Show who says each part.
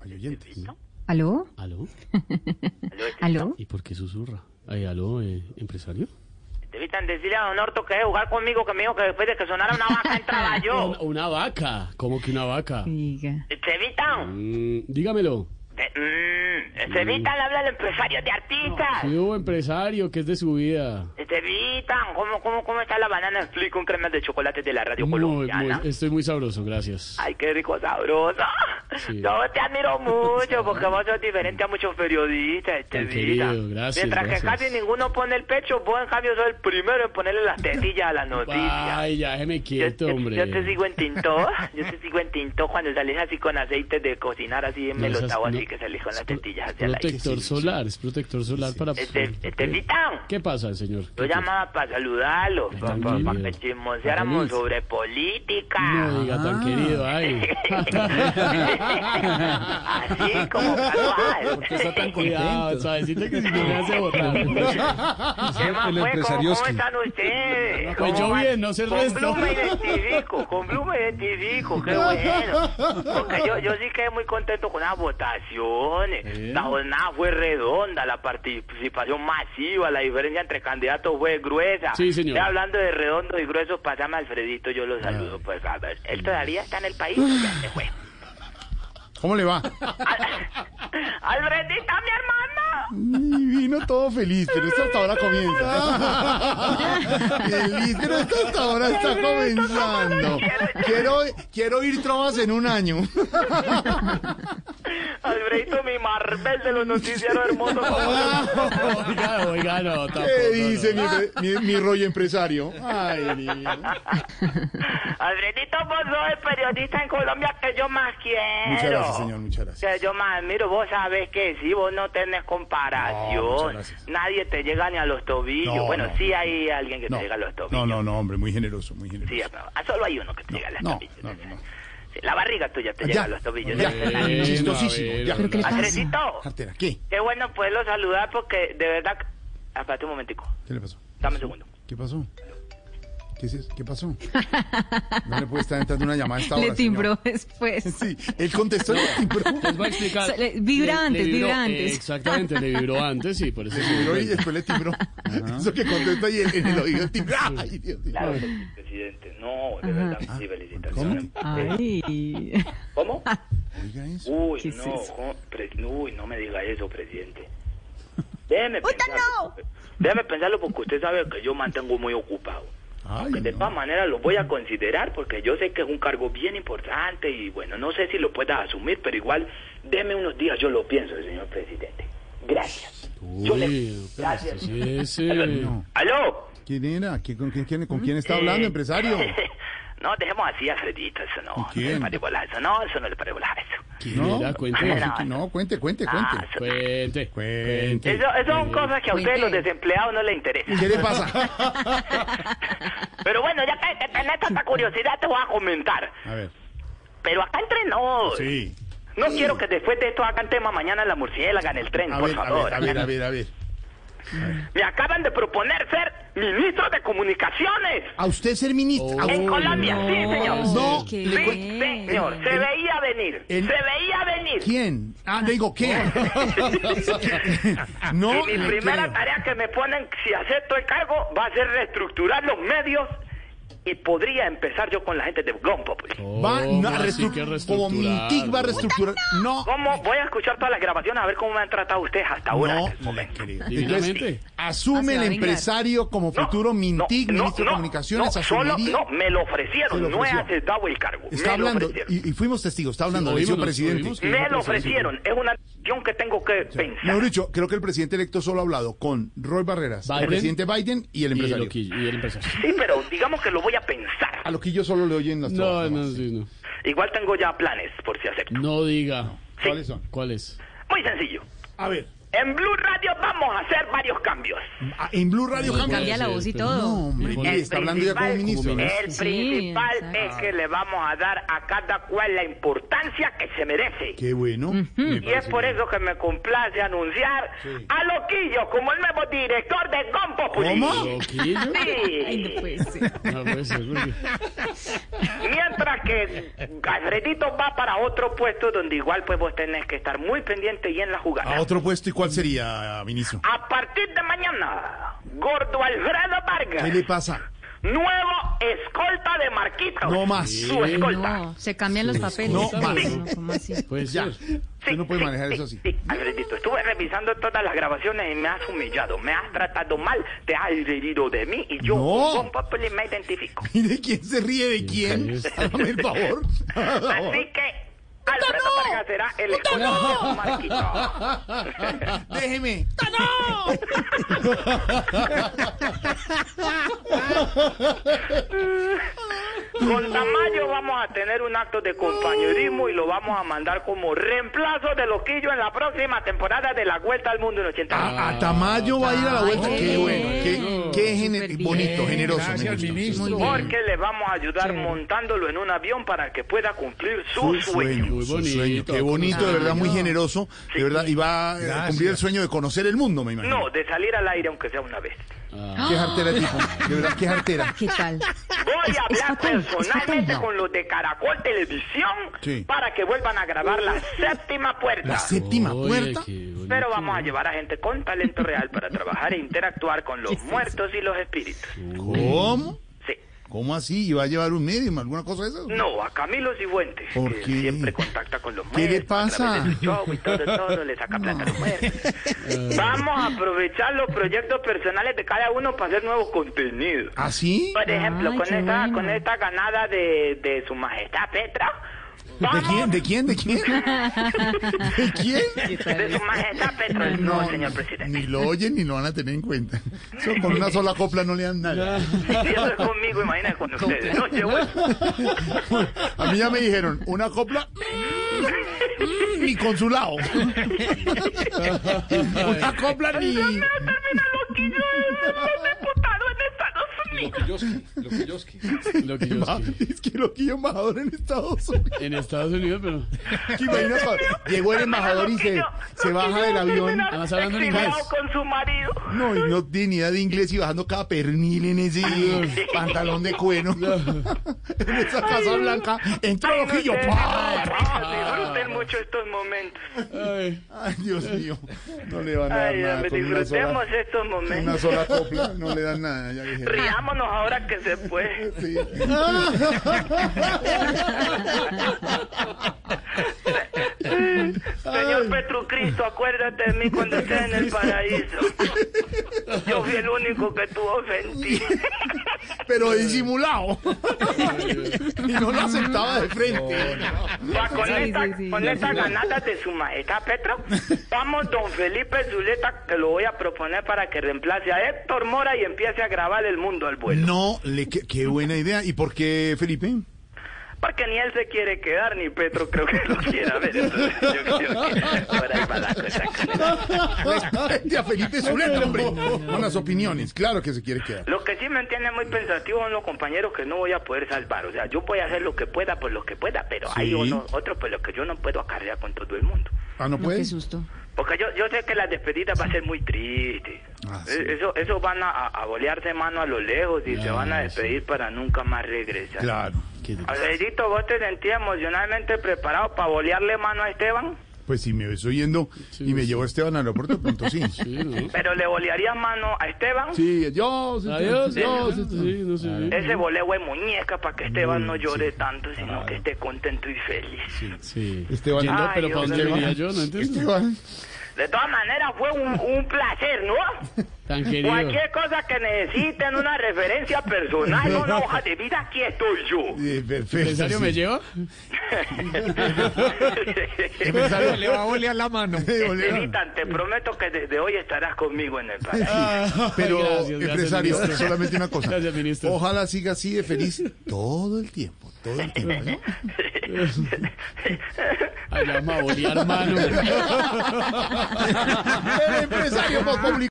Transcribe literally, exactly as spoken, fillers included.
Speaker 1: Hay oyentes.
Speaker 2: ¿Aló?
Speaker 3: ¿Aló?
Speaker 2: ¿Aló?
Speaker 3: ¿Y por qué susurra? Ay, ¿aló, eh, empresario?
Speaker 4: Evitan decirle a Don Orto que debe jugar conmigo, que me dijo que después de que sonara una vaca entraba yo.
Speaker 3: Una, una vaca. ¿Cómo que una vaca?
Speaker 2: Diga.
Speaker 4: ¿Se evitan?
Speaker 3: Mm, dígamelo.
Speaker 4: Mm, ¿Se evitan habla el empresario de artistas?
Speaker 3: Sí, hubo empresario, ¿qué es de su vida?
Speaker 4: ¿Se evitan? ¿Cómo, cómo, cómo está la banana split con cremas de chocolate de la radio
Speaker 3: Muy,
Speaker 4: colombiana?
Speaker 3: muy, estoy muy sabroso, gracias.
Speaker 4: Ay, qué rico, sabroso.
Speaker 3: Sí.
Speaker 4: Yo te admiro mucho porque vos sos diferente a muchos periodistas. Este
Speaker 3: Tan
Speaker 4: vida.
Speaker 3: querido, gracias,
Speaker 4: Mientras
Speaker 3: gracias.
Speaker 4: que casi ninguno pone el pecho, vos en cambio sos el primero en ponerle las tetillas a las noticias.
Speaker 3: Ay, ya, déjeme
Speaker 4: Yo,
Speaker 3: quieto,
Speaker 4: yo-
Speaker 3: hombre.
Speaker 4: yo te sigo en tinto, yo te sigo en tinto cuando salís así con aceite de cocinar así en
Speaker 3: No,
Speaker 4: melotado,
Speaker 3: esas-
Speaker 4: así
Speaker 3: no,
Speaker 4: que salís con
Speaker 3: es
Speaker 4: las
Speaker 3: pro-
Speaker 4: tetillas hacia la
Speaker 3: Protector solar, es protector solar para...
Speaker 4: Este, este Vitán,
Speaker 3: ¿Qué pasa, señor?
Speaker 4: yo llamaba para saludarlo, para
Speaker 3: Tranquilo.
Speaker 4: que chismoseáramos
Speaker 3: Feliz.
Speaker 4: sobre política.
Speaker 3: No diga tan querido, ay.
Speaker 4: Así como casual.
Speaker 1: ¿Por qué está tan
Speaker 3: Cuidado,
Speaker 1: contento?
Speaker 3: suavecito que si no me hace botar.
Speaker 4: ¿Qué más,
Speaker 1: El
Speaker 4: pues? ¿Cómo,
Speaker 1: empresarioski.
Speaker 4: ¿Cómo están ustedes?
Speaker 3: Pues
Speaker 4: ¿Cómo
Speaker 3: yo
Speaker 4: van?
Speaker 3: bien, no sé el
Speaker 4: con
Speaker 3: resto.
Speaker 4: Blue me identifico, con Blue me identifico, qué bueno. Porque yo, yo sí quedé muy contento con las votaciones.
Speaker 3: ¿Eh?
Speaker 4: La jornada fue redonda, la participación masiva, la diferencia entre candidatos fue gruesa.
Speaker 3: Sí, señor.
Speaker 4: Ya hablando de redondo y grueso, pasame a Alfredito, yo lo saludo. Pues a ver, ¿él todavía está en el país? Ya se fue.
Speaker 1: ¿Cómo le va?
Speaker 4: Alfredita, mi hermana.
Speaker 1: Y vino todo feliz, pero esto hasta ahora comienza. Feliz, pero esto hasta ahora está comenzando. Quiero, quiero ir trovas en un año.
Speaker 4: Alfredito, mi Marvel de los noticieros hermosos.
Speaker 3: Oiga, oiga, no, tampoco.
Speaker 1: ¿Qué dice
Speaker 3: no.
Speaker 1: mi, mi, mi rollo empresario? Ay, niño.
Speaker 4: Alfredito, vos sos el periodista en Colombia que yo más quiero.
Speaker 1: Muchas gracias, señor, muchas gracias.
Speaker 4: Que yo más admiro, vos sabés que sí, vos no tenés
Speaker 1: No,
Speaker 4: comparación.
Speaker 1: muchas gracias.
Speaker 4: Nadie te llega ni a los tobillos.
Speaker 1: No,
Speaker 4: bueno,
Speaker 1: no,
Speaker 4: sí
Speaker 1: no.
Speaker 4: hay alguien que
Speaker 1: No,
Speaker 4: te llega a los tobillos.
Speaker 1: no, no, no, hombre, muy generoso, muy
Speaker 4: Sí,
Speaker 1: generoso.
Speaker 4: pero ah, solo hay uno que te llega a los
Speaker 1: No,
Speaker 4: tobillos.
Speaker 1: no, no, no.
Speaker 4: Sí, la barriga tuya te
Speaker 1: Ya,
Speaker 4: llega a los tobillos.
Speaker 1: ya.
Speaker 4: Esa es la-
Speaker 3: Bueno,
Speaker 1: Chistosísimo,
Speaker 3: a ver,
Speaker 1: ya.
Speaker 2: ¿Pero qué le pasa?
Speaker 4: Alfredito,
Speaker 1: Cartera, ¿qué?
Speaker 4: qué bueno poderlo saludar porque de verdad... Espérate un momentico,
Speaker 1: ¿Qué le pasó?
Speaker 4: dame un segundo.
Speaker 1: ¿Qué pasó? ¿Qué, es eso? ¿Qué pasó? No le puede estar entrando una llamada a esta hora,
Speaker 2: Le timbró
Speaker 1: señor.
Speaker 2: después.
Speaker 1: Sí, él contestó y le timbró.
Speaker 3: Les voy a explicar.
Speaker 2: So- le- vibra antes,
Speaker 3: vibró,
Speaker 2: vibra antes.
Speaker 3: eh, exactamente, le vibró antes, sí, por eso.
Speaker 1: Timbró y después le timbró. Eso que contesta y en, en el oído timbró. Ay, Dios mío.
Speaker 4: Claro, presidente, no, de verdad, sí, felicitaciones.
Speaker 2: Ay.
Speaker 4: ¿Cómo?
Speaker 1: Oiga eso.
Speaker 4: Uy,
Speaker 2: ¿Qué es
Speaker 4: no,
Speaker 2: eso?
Speaker 4: ¿cómo? Pre- uy, no me diga eso, presidente. Déjeme
Speaker 2: ¡Uy,
Speaker 4: pensarlo.
Speaker 2: no!
Speaker 4: Déjeme pensarlo porque usted sabe que yo mantengo muy ocupado.
Speaker 1: Ay,
Speaker 4: Que de
Speaker 1: no.
Speaker 4: todas maneras lo voy a considerar porque yo sé que es un cargo bien importante y bueno, no sé si lo pueda asumir, pero igual déme unos días, yo lo pienso, señor presidente. Gracias. Yo le-
Speaker 3: Uy, pero
Speaker 4: Gracias.
Speaker 3: esto sí es... eh,
Speaker 1: No.
Speaker 4: ¿Aló?
Speaker 1: ¿Quién era? ¿Quién, con, quién, quién- ¿Con quién está hablando,
Speaker 4: Eh,
Speaker 1: empresario?
Speaker 4: No, dejemos así, Alfredito, eso no.
Speaker 1: ¿Con quién?
Speaker 4: No le pare bola a eso, no, eso no le pare bola a eso.
Speaker 3: ¿Quién
Speaker 1: No,
Speaker 3: era? Cuente.
Speaker 4: no,
Speaker 1: no, cuente, cuente,
Speaker 4: Ah,
Speaker 1: cuente.
Speaker 4: eso-
Speaker 3: Cuente.
Speaker 1: Cuente.
Speaker 4: Eso, eso son cosas que a ustedes los
Speaker 2: Cuente.
Speaker 4: desempleados no les interesan.
Speaker 1: ¿Qué le pasa?
Speaker 4: Pero bueno, ya que que tenés tanta curiosidad, te voy a comentar.
Speaker 1: A ver.
Speaker 4: Pero acá entre nos.
Speaker 1: Sí.
Speaker 4: No quiero que después de esto hagan tema mañana en la murciélaga en el tren,
Speaker 1: A
Speaker 4: por
Speaker 1: ver, a
Speaker 4: favor.
Speaker 1: ver, a ver, a ver, a ver.
Speaker 4: Me acaban de proponer ser ministro de comunicaciones.
Speaker 1: ¿A usted ser ministro?
Speaker 3: Oh.
Speaker 1: ¿A
Speaker 4: En
Speaker 1: usted-
Speaker 4: Colombia, sí, señor.
Speaker 1: No,
Speaker 2: qué
Speaker 1: le cu-
Speaker 4: Sí, señor, se
Speaker 1: el-
Speaker 4: veía venir.
Speaker 1: el-
Speaker 4: Se veía venir.
Speaker 1: ¿Quién? Ah, le digo, ¿quién? No,
Speaker 4: Y mi
Speaker 1: le
Speaker 4: primera
Speaker 1: creo.
Speaker 4: tarea que me ponen, si acepto el cargo, va a ser reestructurar los medios y podría empezar yo con la gente de Gon Populi.
Speaker 1: Va
Speaker 3: ¿Cómo
Speaker 1: no, a
Speaker 3: así
Speaker 1: restru-
Speaker 3: que
Speaker 1: como
Speaker 3: reestructurar?
Speaker 1: Mintic va a reestructurar. No,
Speaker 4: ¿Cómo? Voy a escuchar todas las grabaciones a ver cómo me han tratado ustedes hasta ahora.
Speaker 1: no,
Speaker 4: hasta el momento.
Speaker 1: querido.
Speaker 3: Divinamente.
Speaker 1: Entonces, asume
Speaker 2: Ah, se
Speaker 1: el
Speaker 2: va a vengar.
Speaker 1: empresario como futuro Mintic,
Speaker 4: no,
Speaker 1: ministro
Speaker 4: no,
Speaker 1: de Comunicaciones,
Speaker 4: no, solo,
Speaker 1: asumiría.
Speaker 4: no, me lo
Speaker 1: Se
Speaker 4: ofrecieron,
Speaker 1: lo
Speaker 4: no he
Speaker 1: ofreció.
Speaker 4: aceptado el cargo.
Speaker 1: Está
Speaker 4: me lo
Speaker 1: hablando,
Speaker 4: ofrecieron.
Speaker 1: y, y fuimos testigos, está hablando,
Speaker 3: Sí,
Speaker 1: lo hizo
Speaker 3: oímos,
Speaker 1: presidente.
Speaker 3: oímos.
Speaker 4: Me lo ofrecieron, es una decisión que tengo que pensar.
Speaker 1: Mejor dicho, creo que el presidente electo solo ha hablado con Roy Barreras,
Speaker 3: Biden.
Speaker 1: el presidente Biden y el
Speaker 3: Y el,
Speaker 1: empresario.
Speaker 3: loquillo, y el empresario.
Speaker 4: Sí, pero digamos que lo voy a pensar.
Speaker 1: A lo que yo solo le oyen las
Speaker 3: No,
Speaker 1: todas,
Speaker 3: no,
Speaker 1: nomás.
Speaker 3: sí, no.
Speaker 4: Igual tengo ya planes, por si acepto.
Speaker 3: No diga.
Speaker 1: ¿Cuáles son?
Speaker 3: ¿Cuál es?
Speaker 4: Muy sencillo.
Speaker 1: A ver,
Speaker 4: En Blue Radio vamos a hacer varios cambios.
Speaker 1: ah, en Blue Radio
Speaker 3: No,
Speaker 1: cambia.
Speaker 2: Cambia la voz y
Speaker 3: pero
Speaker 2: todo.
Speaker 1: No, hombre,
Speaker 3: El
Speaker 1: mire, está hablando ya como
Speaker 4: principal-
Speaker 1: ministro. ¿no?
Speaker 4: El
Speaker 2: Sí,
Speaker 4: principal
Speaker 2: exacto.
Speaker 4: es que le vamos a dar a cada cual la importancia que se merece.
Speaker 1: Qué bueno. me
Speaker 4: Y es
Speaker 1: parece
Speaker 4: por
Speaker 1: bien.
Speaker 4: eso que me complace anunciar
Speaker 1: Sí.
Speaker 4: a Loquillo como el nuevo director de Gon Populi.
Speaker 1: ¿Cómo?
Speaker 3: ¿Loquillo?
Speaker 2: Ay,
Speaker 4: Sí.
Speaker 2: no puede ser.
Speaker 3: No puede ser, porque...
Speaker 4: Mientras que Alfredito va para otro puesto donde igual pues vos tenés que estar muy pendiente y en la jugada.
Speaker 1: ¿A otro puesto y cuál sería, ministro?
Speaker 4: A partir de mañana, Gordo Alfredo Vargas,
Speaker 1: ¿Qué le pasa?
Speaker 4: nuevo escolta de Marquito.
Speaker 1: No más.
Speaker 4: Su escolta.
Speaker 2: No, se cambian los papeles.
Speaker 1: No más.
Speaker 2: No, ¿cómo así?
Speaker 3: Puede
Speaker 1: Ya.
Speaker 3: ser.
Speaker 1: Usted no puede manejar eso así.
Speaker 4: Sí, Alfredito, estuve revisando todas las grabaciones y me has humillado, me has tratado mal, te has herido de mí y yo
Speaker 1: No.
Speaker 4: con Populi me identifico.
Speaker 1: Mire, ¿quién se ríe de quién? Hágame el favor.
Speaker 4: Así que Alfredo Vargas será el escolta de Marquito.
Speaker 1: Déjeme.
Speaker 4: Con Tamayo vamos a tener un acto de compañerismo y lo vamos a mandar como reemplazo de Loquillo en la próxima temporada de la Vuelta al Mundo en ochenta.
Speaker 1: A, a Tamayo va a ir a la vuelta.
Speaker 2: Ay,
Speaker 1: Qué bueno, qué, qué gener-
Speaker 2: súper bien.
Speaker 1: bonito, generoso.
Speaker 5: Gracias,
Speaker 1: me gusta.
Speaker 5: ministro.
Speaker 2: Muy bien.
Speaker 4: Porque le vamos a ayudar
Speaker 2: Chévere.
Speaker 4: montándolo en un avión para que pueda cumplir su,
Speaker 1: Su
Speaker 4: sueño.
Speaker 1: sueño,
Speaker 3: Muy
Speaker 1: su
Speaker 3: bonito.
Speaker 1: sueño. Qué bonito, de verdad, muy generoso. De verdad, y va a eh,
Speaker 5: Gracias.
Speaker 1: cumplir el sueño de conocer el mundo, me imagino.
Speaker 4: No, de salir al aire aunque sea una vez.
Speaker 3: Ah,
Speaker 1: Qué jartera el tipo. De verdad, qué jartera.
Speaker 2: ¿Qué tal?
Speaker 4: Voy a
Speaker 2: Es
Speaker 4: hablar
Speaker 2: fatal, es
Speaker 4: personalmente
Speaker 2: fatal.
Speaker 4: con los de Caracol Televisión
Speaker 1: Sí.
Speaker 4: para que vuelvan a grabar la séptima puerta.
Speaker 1: La séptima
Speaker 3: oye,
Speaker 1: puerta.
Speaker 3: qué bonito.
Speaker 4: Pero vamos a llevar a gente con talento real para trabajar e interactuar con los muertos y los espíritus.
Speaker 1: ¿Cómo?
Speaker 4: Sí.
Speaker 1: ¿Cómo así? ¿Y va a llevar un medium, alguna cosa de eso?
Speaker 4: No, a Camilo Cifuentes,
Speaker 1: ¿Por
Speaker 4: que
Speaker 1: qué?
Speaker 4: siempre contacta con los
Speaker 1: ¿Qué
Speaker 4: muertos.
Speaker 1: le pasa?
Speaker 4: A través de su show y todo, todo, le saca plata a los muertos. Vamos a aprovechar los proyectos personales de cada uno para hacer nuevos contenidos.
Speaker 1: ¿Ah, sí?
Speaker 4: Por ejemplo,
Speaker 2: Ay,
Speaker 4: con
Speaker 2: qué
Speaker 4: esta,
Speaker 2: bueno.
Speaker 4: con esta ganada de, de su majestad Petra.
Speaker 1: ¿De
Speaker 4: vamos-
Speaker 1: quién? ¿De quién? ¿De quién? ¿De quién?
Speaker 2: ¿Qué tal?
Speaker 4: De su majestad Petra, no, señor presidente.
Speaker 1: Ni lo oyen ni lo van a tener en cuenta. Eso con una sola copla no le dan nada.
Speaker 4: Si eso es conmigo, imagínate con ustedes. No, yo voy-
Speaker 1: A mí ya me dijeron, una copla mm, ni consulado. Una copla ni...
Speaker 4: termina loquillo de diputado en Estados Unidos.
Speaker 3: Lo que yo
Speaker 1: Emba- Es que lo que embajador en Estados Unidos.
Speaker 3: en Estados Unidos, pero
Speaker 1: Que imagina cuando llegó el embajador y se, se baja del avión.
Speaker 3: Además, hablando en
Speaker 4: Exiliado
Speaker 3: inglés.
Speaker 4: con su marido.
Speaker 1: No, y no tiene ni idea de inglés y bajando cada pernil en ese pantalón de cuero. En esa Casa Blanca. Entró
Speaker 4: Ay, no
Speaker 1: Loquillo.
Speaker 4: sé,
Speaker 1: ¡Pah!
Speaker 4: no, disfruten mucho estos momentos.
Speaker 3: Ay,
Speaker 1: Ay, Dios mío. No le van a dar
Speaker 4: Ay,
Speaker 1: nada.
Speaker 4: hombre,
Speaker 1: Con una
Speaker 4: disfrutemos
Speaker 1: sola,
Speaker 4: estos
Speaker 1: una
Speaker 4: momentos.
Speaker 1: sola copla no le dan nada. Ya dije.
Speaker 4: Riámonos ahora que se puede.
Speaker 1: Sí.
Speaker 4: Señor Petrucristo, acuérdate de mí cuando estés en el paraíso. Yo fui el único que tú ofendí.
Speaker 1: Pero disimulado. Y no lo aceptaba de frente.
Speaker 4: Va, con
Speaker 2: Sí,
Speaker 4: esta,
Speaker 2: sí, sí.
Speaker 4: con esta ganada de su majestad Petro, vamos don Felipe Zuleta, que lo voy a proponer para que reemplace a Héctor Mora y empiece a grabar El Mundo al Vuelo.
Speaker 1: No, le, qué, qué buena idea. ¿Y por qué, Felipe?
Speaker 4: Porque ni él se quiere quedar, ni Petro creo que lo quiera ver. Entonces yo creo que por ahí va la cosa.
Speaker 1: Respete a Felipe Zuleta, hombre. Con las opiniones. Claro que se quiere quedar.
Speaker 4: Lo que sí me entiende muy pensativo son los compañeros que no voy a poder salvar. O sea, yo voy a hacer lo que pueda por lo que pueda, pero hay
Speaker 1: Sí.
Speaker 4: uno, otros por lo que yo no puedo acarrear con todo el mundo.
Speaker 1: Ah, ¿no
Speaker 2: No,
Speaker 1: puede?
Speaker 2: qué susto.
Speaker 4: Porque yo, yo sé que la despedida va a ser muy triste.
Speaker 1: Ah,
Speaker 4: Eh,
Speaker 1: sí.
Speaker 4: Eso, eso van a, a bolearse mano a lo lejos y se
Speaker 3: Ah,
Speaker 4: van a despedir para nunca más regresar.
Speaker 1: Claro.
Speaker 3: qué
Speaker 4: Alfredito, ¿vos te sentías emocionalmente preparado para bolearle mano a Esteban?
Speaker 1: Pues si me estoy yendo y me llevó Esteban al aeropuerto, de pronto sí.
Speaker 3: Sí, ¿no?
Speaker 4: ¿Pero le bolearías mano a Esteban?
Speaker 1: Sí, adiós.
Speaker 3: Adiós,
Speaker 1: Esteban.
Speaker 3: adiós. Sí, no sé.
Speaker 4: Ese boleo de muñeca para que Esteban no llore
Speaker 1: sí.
Speaker 4: tanto, sino que esté contento y feliz.
Speaker 3: Sí.
Speaker 1: Esteban.
Speaker 3: Yendo,
Speaker 4: Ay,
Speaker 3: pero ¿para
Speaker 4: Dios
Speaker 3: dónde
Speaker 4: mío.
Speaker 3: venía yo? No entiendo.
Speaker 1: Esteban.
Speaker 4: De todas maneras, fue un, un placer, ¿no?
Speaker 3: Tan querido.
Speaker 4: Cualquier cosa que necesiten, una referencia personal, una hoja de vida, aquí estoy yo.
Speaker 1: Eh, perfecto.
Speaker 3: ¿Empresario
Speaker 1: sí.
Speaker 3: me lleva?
Speaker 1: Empresario
Speaker 5: Le va a bolear la mano.
Speaker 1: Eh, Bolívar.
Speaker 4: Esteban, te prometo que desde hoy estarás conmigo en el país.
Speaker 1: Pero,
Speaker 3: Gracias, gracias,
Speaker 1: empresario,
Speaker 3: ministro.
Speaker 1: solamente una cosa.
Speaker 3: Gracias, ministro.
Speaker 1: Ojalá siga así de feliz todo el tiempo, todo el tiempo. ¿no?
Speaker 3: Allá me va a bolear mano.
Speaker 1: El empresario Voz Populi